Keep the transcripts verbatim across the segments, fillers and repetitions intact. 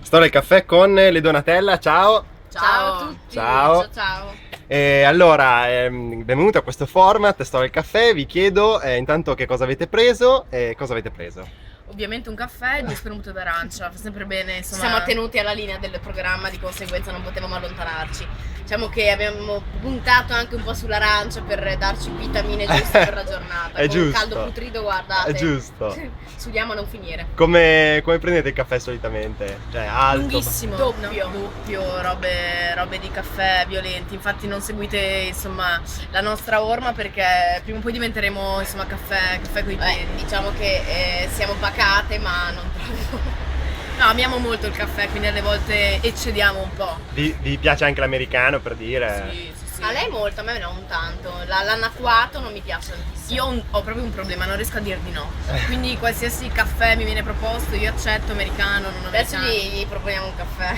Storia del caffè con le Donatella, ciao! Ciao a tutti! Ciao! Ciao, ciao. E allora, ehm, benvenuti a questo format, Storia del caffè. Vi chiedo eh, intanto che cosa avete preso e cosa avete preso. Ovviamente un caffè e due spremuto d'arancia, fa sempre bene, insomma. Ci siamo attenuti alla linea del programma, di conseguenza non potevamo allontanarci. Diciamo che abbiamo puntato anche un po' sull'arancia per darci vitamine giuste per la giornata. È Con giusto. un caldo putrido, guardate. È giusto. Sudiamo a non finire. Come, come prendete il caffè solitamente? Cioè, alto? Lunghissimo, Doppio. no, doppio, robe, robe di caffè violenti. Infatti non seguite insomma la nostra orma perché prima o poi diventeremo insomma caffè, caffè coi piedi. Beh, diciamo che eh, siamo pacate, ma non troppo. No, amiamo molto il caffè, quindi alle volte eccediamo un po'. Vi, vi piace anche l'americano, per dire? Sì, sì, sì. A lei molto, a me non tanto. La- l'anacquato non mi piace tantissimo. Io ho, un- ho proprio un problema, non riesco a dir di no. Quindi qualsiasi caffè mi viene proposto, io accetto americano, non Adesso americano. gli, gli proponiamo un caffè.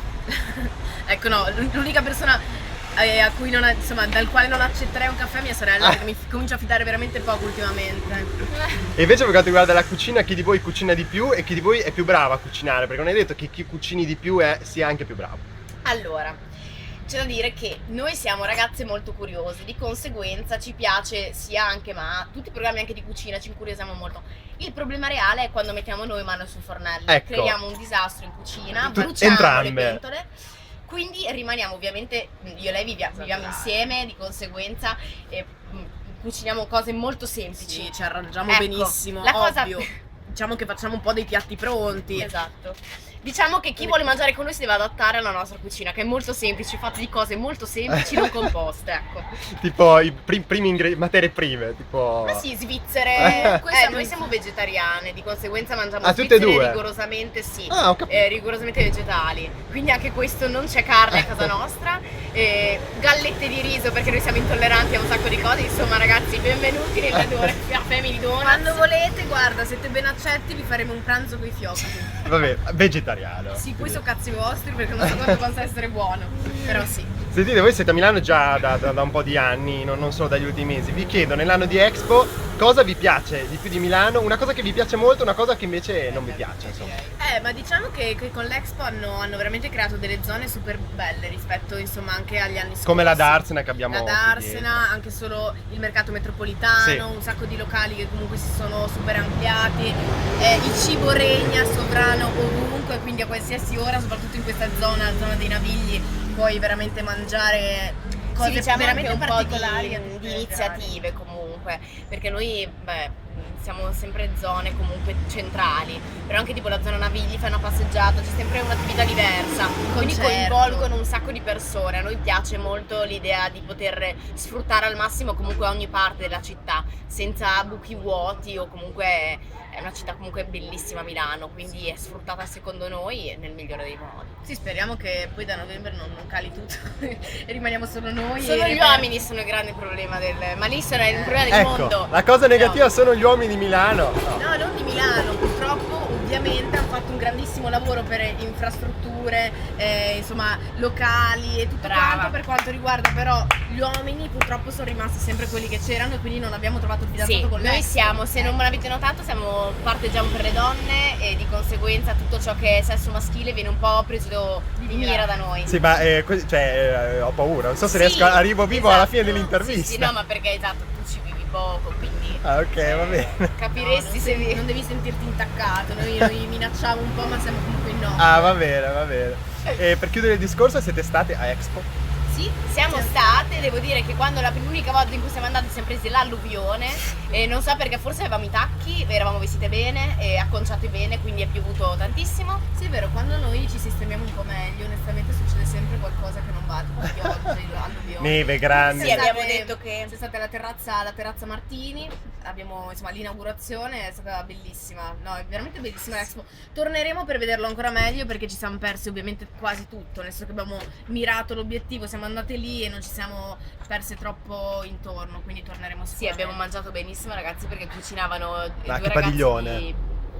Ecco, no, l'unica persona eh, a cui non, insomma, dal quale non accetterei un caffè è mia sorella, Ah. perché mi f- comincio a fidare veramente poco ultimamente. E invece per quanto riguarda la cucina, chi di voi cucina di più e chi di voi è più bravo a cucinare? Perché non è detto che chi cucini di più è, sia anche più bravo. Allora, c'è da dire che noi siamo ragazze molto curiose, di conseguenza ci piace sia anche, ma tutti i programmi anche di cucina ci incuriosiamo molto. Il problema reale è quando mettiamo noi mano sul fornello, Ecco. creiamo un disastro in cucina, Tu- bruciamo entrambe. le pentole. Quindi rimaniamo ovviamente, io e lei vivia- viviamo insieme, di conseguenza eh, mh, cuciniamo cose molto semplici. Sì, ci arrangiamo Ecco, benissimo, la cosa- ovvio. Diciamo che facciamo un po' dei piatti pronti. Esatto. Diciamo che chi vuole mangiare con noi si deve adattare alla nostra cucina, che è molto semplice, fatta di cose molto semplici, non composte, ecco. Tipo i pri- primi ingre- materie prime, tipo... Ma sì, svizzere. Eh. Eh, noi siamo vegetariane, di conseguenza mangiamo Ah, tutte e svizzere due? rigorosamente sì. Ah, ho capito. eh, rigorosamente vegetali. Quindi anche questo non c'è carne a casa nostra. Eh, gallette di riso perché noi siamo intolleranti a un sacco di cose. Insomma, ragazzi, benvenuti nella Dora Family Donuts. Quando volete, guarda, siete ben accetti, vi faremo un pranzo coi fiocchi. Vabbè, vegetariano. Sì, poi Quindi- sono cazzi vostri perché non so quanto possa essere buono. Però sì. Sentite, voi siete a Milano già da, da- da un po' di anni, non, non solo dagli ultimi mesi. Vi chiedo, nell'anno di Expo, cosa vi piace di più di Milano? Una cosa che vi piace molto, una cosa che invece non vi piace, insomma. Eh, ma diciamo che, che con l'Expo hanno, hanno veramente creato delle zone super belle rispetto insomma anche agli anni scorsi. Come la Darsena che abbiamo La qui Darsena, anche solo il mercato metropolitano, Sì. un sacco di locali che comunque si sono super ampliati, eh, il cibo regna sovrano ovunque, quindi a qualsiasi ora, soprattutto in questa zona, zona dei Navigli, puoi veramente mangiare cose Sì, diciamo veramente anche un po' particolari. a di, tutte di le iniziative comunque, perché noi beh, siamo sempre zone comunque centrali, però anche tipo la zona Navigli fai una passeggiata, c'è sempre un'attività diversa, quindi Concerto. coinvolgono un sacco di persone. A noi piace molto l'idea di poter sfruttare al massimo comunque ogni parte della città, senza buchi vuoti, o comunque è una città comunque bellissima Milano, quindi è sfruttata secondo noi nel migliore dei modi. Sì, speriamo che poi da novembre non, non cali tutto e rimaniamo solo noi. Solo e- gli uomini sono il grande problema del... ma lì sono il problema del Ecco, mondo. la cosa negativa No. sono gli uomini di Milano. No. No, non di Milano, purtroppo ovviamente hanno fatto un grandissimo lavoro per infrastrutture, eh, insomma, locali e tutto Brava. quanto. Per quanto riguarda però gli uomini, purtroppo sono rimasti sempre quelli che c'erano e quindi non abbiamo trovato il fidanzato Sì, con noi lei. siamo, se non me l'avete notato, siamo parteggiamo per le donne e di conseguenza tutto ciò che è sesso maschile viene un po' preso di mira da noi. Sì, ma eh, que- cioè, eh, ho paura, non so se Sì, riesco, a- arrivo vivo alla esatto. fine dell'intervista. Sì, sì, no, ma perché esatto, tu ci vivi poco, quindi Ah, ok, va bene. capiresti non, se devi, vi... non devi sentirti intaccato, noi, noi minacciamo un po' ma siamo comunque in no. Ah, va bene, va bene. E per chiudere il discorso, siete state a Expo? Sì, Siamo state, devo dire che quando la l'unica volta in cui siamo andate siamo presi l'alluvione e non so perché forse avevamo i tacchi, eravamo vestite bene e acconciate bene, quindi è piovuto tantissimo. Sì, è vero, quando noi ci sistemiamo un po' meglio, onestamente succede sempre qualcosa che non va, tipo pioggia, l'alluvione. Neve grande. Sì, abbiamo detto che- C'è stata la terrazza, la terrazza Martini, abbiamo insomma l'inaugurazione, è stata bellissima, no, è veramente bellissima l'Expo. Torneremo per vederlo ancora meglio perché ci siamo persi ovviamente quasi tutto, nel senso che abbiamo mirato l'obiettivo, siamo andate lì e non ci siamo perse troppo intorno, quindi torneremo Sì, sicuramente. abbiamo mangiato benissimo ragazzi perché cucinavano Ah, due che ragazzi padiglione. di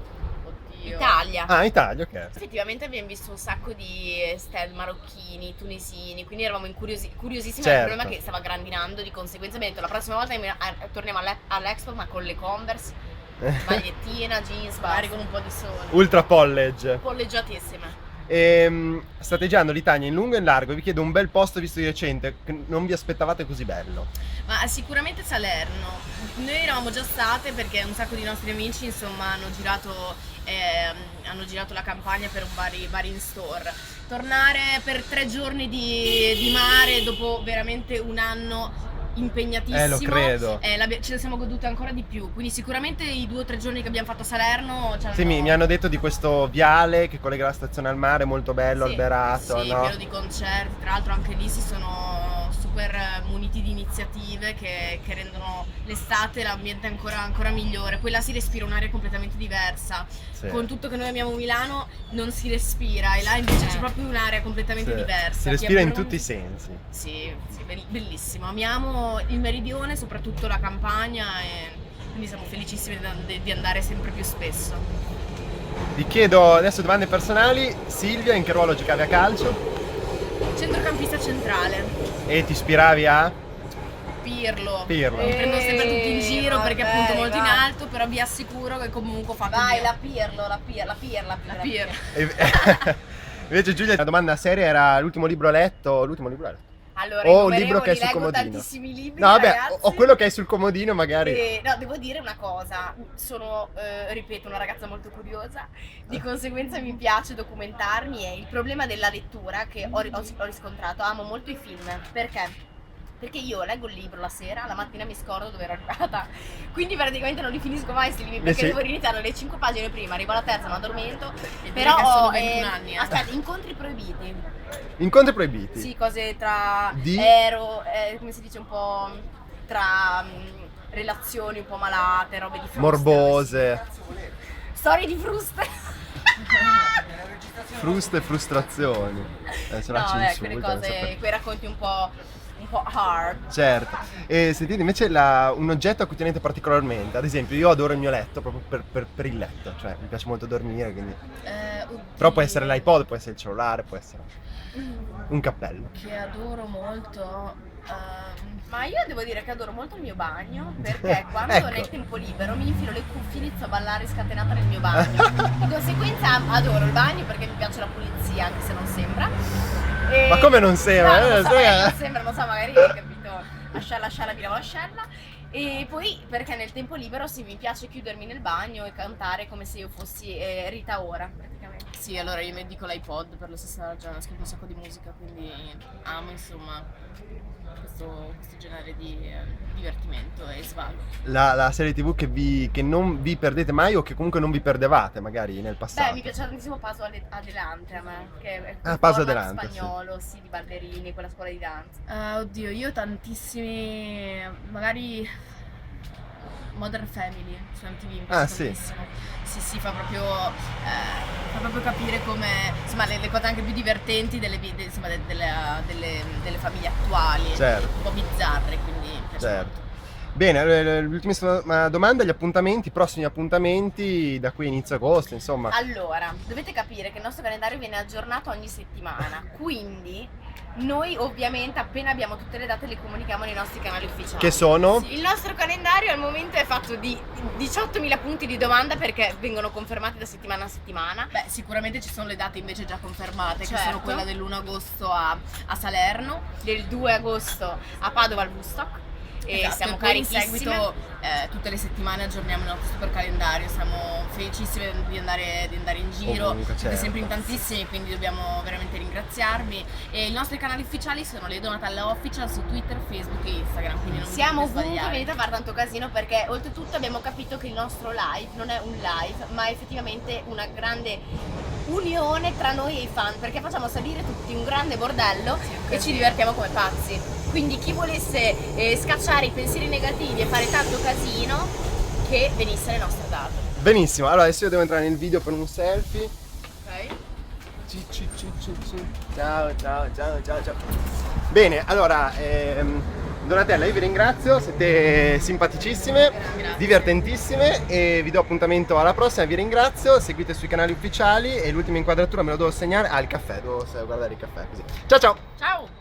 Oddio. Italia. Ah, Italia, ok. Effettivamente abbiamo visto un sacco di eh, stel marocchini, tunisini, quindi eravamo incuriosi- curiosissimi. Certo. Il problema è che stava grandinando, di conseguenza abbiamo detto la prossima volta eh, torniamo all'e- all'Expo ma con le Converse, magliettina, jeans, Magari basta. con un po' di sole. Ultra College. Polleggiatissime. Ehm, state girando l'Italia in lungo e in largo, vi chiedo un bel posto visto di recente, che non vi aspettavate così bello. Ma sicuramente Salerno. Noi eravamo già state perché un sacco di nostri amici insomma hanno girato, ehm, hanno girato la campagna per un vari, vari in store. Tornare per tre giorni di, di mare dopo veramente un anno impegnatissimo, Eh, lo credo. eh, l'abbia- ce ne siamo godute ancora di più. Quindi sicuramente i due o tre giorni che abbiamo fatto a Salerno ci hanno... Sì, mi, mi hanno detto di questo viale che collega la stazione al mare, molto bello, Sì, alberato, sì, no? pieno di concerti, tra l'altro anche lì si sono super muniti di iniziative che, che rendono l'estate, l'ambiente ancora, ancora migliore. Poi là si respira un'aria completamente diversa, Sì. con tutto che noi abbiamo a Milano non si respira e là invece c'è proprio un'area completamente Sì. diversa. Si Chi respira è in pronto- tutti i sensi. Sì, sì, be- bellissimo, amiamo il meridione, soprattutto la campagna e quindi siamo felicissimi di- di andare sempre più spesso. Vi chiedo adesso domande personali. Silvia, in che ruolo giocavi a calcio? Centrocampista centrale. E ti ispiravi a? Pirlo. Pirlo. Mi prendo sempre tutti in giro Eh, perché vabbè, appunto molto in va. alto, però vi assicuro che comunque ho fatto il Vai, mio. la Pirlo, la Pirlo, la Pirlo, La Pirlo. E- Invece Giulia, la domanda seria era l'ultimo libro letto, l'ultimo libro letto. Allora, O i un libro numerevoli, che è sul leggo comodino. tantissimi libri, No, vabbè, ragazzi. o, o quello che hai sul comodino magari. Eh, no, devo dire una cosa, sono, eh, ripeto, una ragazza molto curiosa, di conseguenza mi piace documentarmi e il problema della lettura che ho, ri- ho- ho riscontrato, amo molto i film, perché? Perché io leggo il libro la sera, la mattina mi scordo dove ero arrivata, quindi praticamente non li finisco mai questi libri Beh, perché sì. devo riniziare le cinque pagine prima, arrivo alla terza, mi addormento, E però perché sono ho, ventuno anni, eh. aspetta, incontri proibiti. Incontri proibiti. Sì, cose tra Di? ero, eh, come si dice, un po' tra mm, relazioni un po' malate, robe di fruste. Morbose. Storie di fruste. Fruste e frustrazioni. Eh, se No, la ci vabbè, quelle insultano, cose, sapete. quei racconti un po', un po' hard. Certo. E sentite, invece la- un oggetto a cui tenete particolarmente. Ad esempio, io adoro il mio letto proprio per, per- per il letto. Cioè, mi piace molto dormire, quindi. Eh, oddio. Però può essere l'iPod, può essere il cellulare, può essere un cappello. Che adoro molto. ehm, Ma io devo dire che adoro molto il mio bagno, perché quando Ecco. nel tempo libero mi infilo le cuffie e inizio a ballare scatenata nel mio bagno. Di conseguenza adoro il bagno perché mi piace la pulizia, anche se non sembra. E- Ma come non sembra? No, non, Eh, so, sai- eh, non sembra, non so, magari hai capito. Ascialla, ascialla, mi lavo l'ascella. E poi perché nel tempo libero sì, mi piace chiudermi nel bagno e cantare come se io fossi eh, Rita Ora, praticamente. Sì, allora io mi dico l'iPod per la stessa ragione, ascolto un sacco di musica, quindi amo insomma questo, questo genere di eh, divertimento e svago. La, la serie tivù che, vi, che non vi perdete mai o che comunque non vi perdevate magari nel passato. Beh, mi piace tantissimo Paso Ade- Adelante a me, che è Ah, un Paso format Adelante, sì. spagnolo, sì. di ballerini, quella scuola di danza. Ah, oddio, io tantissimi, magari Modern Family su M T V mi piace Ah, sì. tantissimo. Sì, sì, fa proprio, eh, fa proprio capire come, insomma, le, le cose anche più divertenti delle, vi- de- insomma, de- delle, delle- delle famiglie attuali, Certo. un po' bizzarre, quindi mi piace Certo. molto. Bene, allora, l'ultimissima domanda, gli appuntamenti, i prossimi appuntamenti da qui a inizio agosto, insomma. Allora, dovete capire che il nostro calendario viene aggiornato ogni settimana, quindi noi ovviamente appena abbiamo tutte le date le comunichiamo nei nostri canali ufficiali. Che sono? Sì, il nostro calendario al momento è fatto di diciottomila punti di domanda perché vengono confermati da settimana a settimana. Beh, sicuramente ci sono le date invece già confermate, che Certo. sono quella dell'primo agosto a, a Salerno. Del due agosto a Padova al Woodstock e Esatto, siamo e poi in carichissime. seguito eh, tutte le settimane aggiorniamo il nostro super calendario, siamo felicissime di andare, di andare in giro, Ovunque, siete certo. sempre in tantissimi, quindi dobbiamo veramente ringraziarvi. E i nostri canali ufficiali sono le Donatella Official su Twitter, Facebook e Instagram, quindi non vi Siamo potete ovunque, sbagliare. venite a fare tanto casino perché oltretutto abbiamo capito che il nostro live non è un live ma è effettivamente una grande unione tra noi e i fan perché facciamo salire tutti un grande bordello Sì, un e ci casino. divertiamo come pazzi. Quindi chi volesse eh, scacciare i pensieri negativi e fare tanto casino che venisse alle nostre date. Benissimo, allora adesso io devo entrare nel video per un selfie. Ok? Ci, ci, ci, ci, ci. Ciao, ciao, ciao, ciao, ciao. Bene, allora, ehm, Donatella, io vi ringrazio, siete simpaticissime, Grazie. divertentissime e vi do appuntamento alla prossima, vi ringrazio, seguite sui canali ufficiali e l'ultima inquadratura me lo devo segnare, ah il caffè, devo guardare il caffè così. Ciao ciao! Ciao!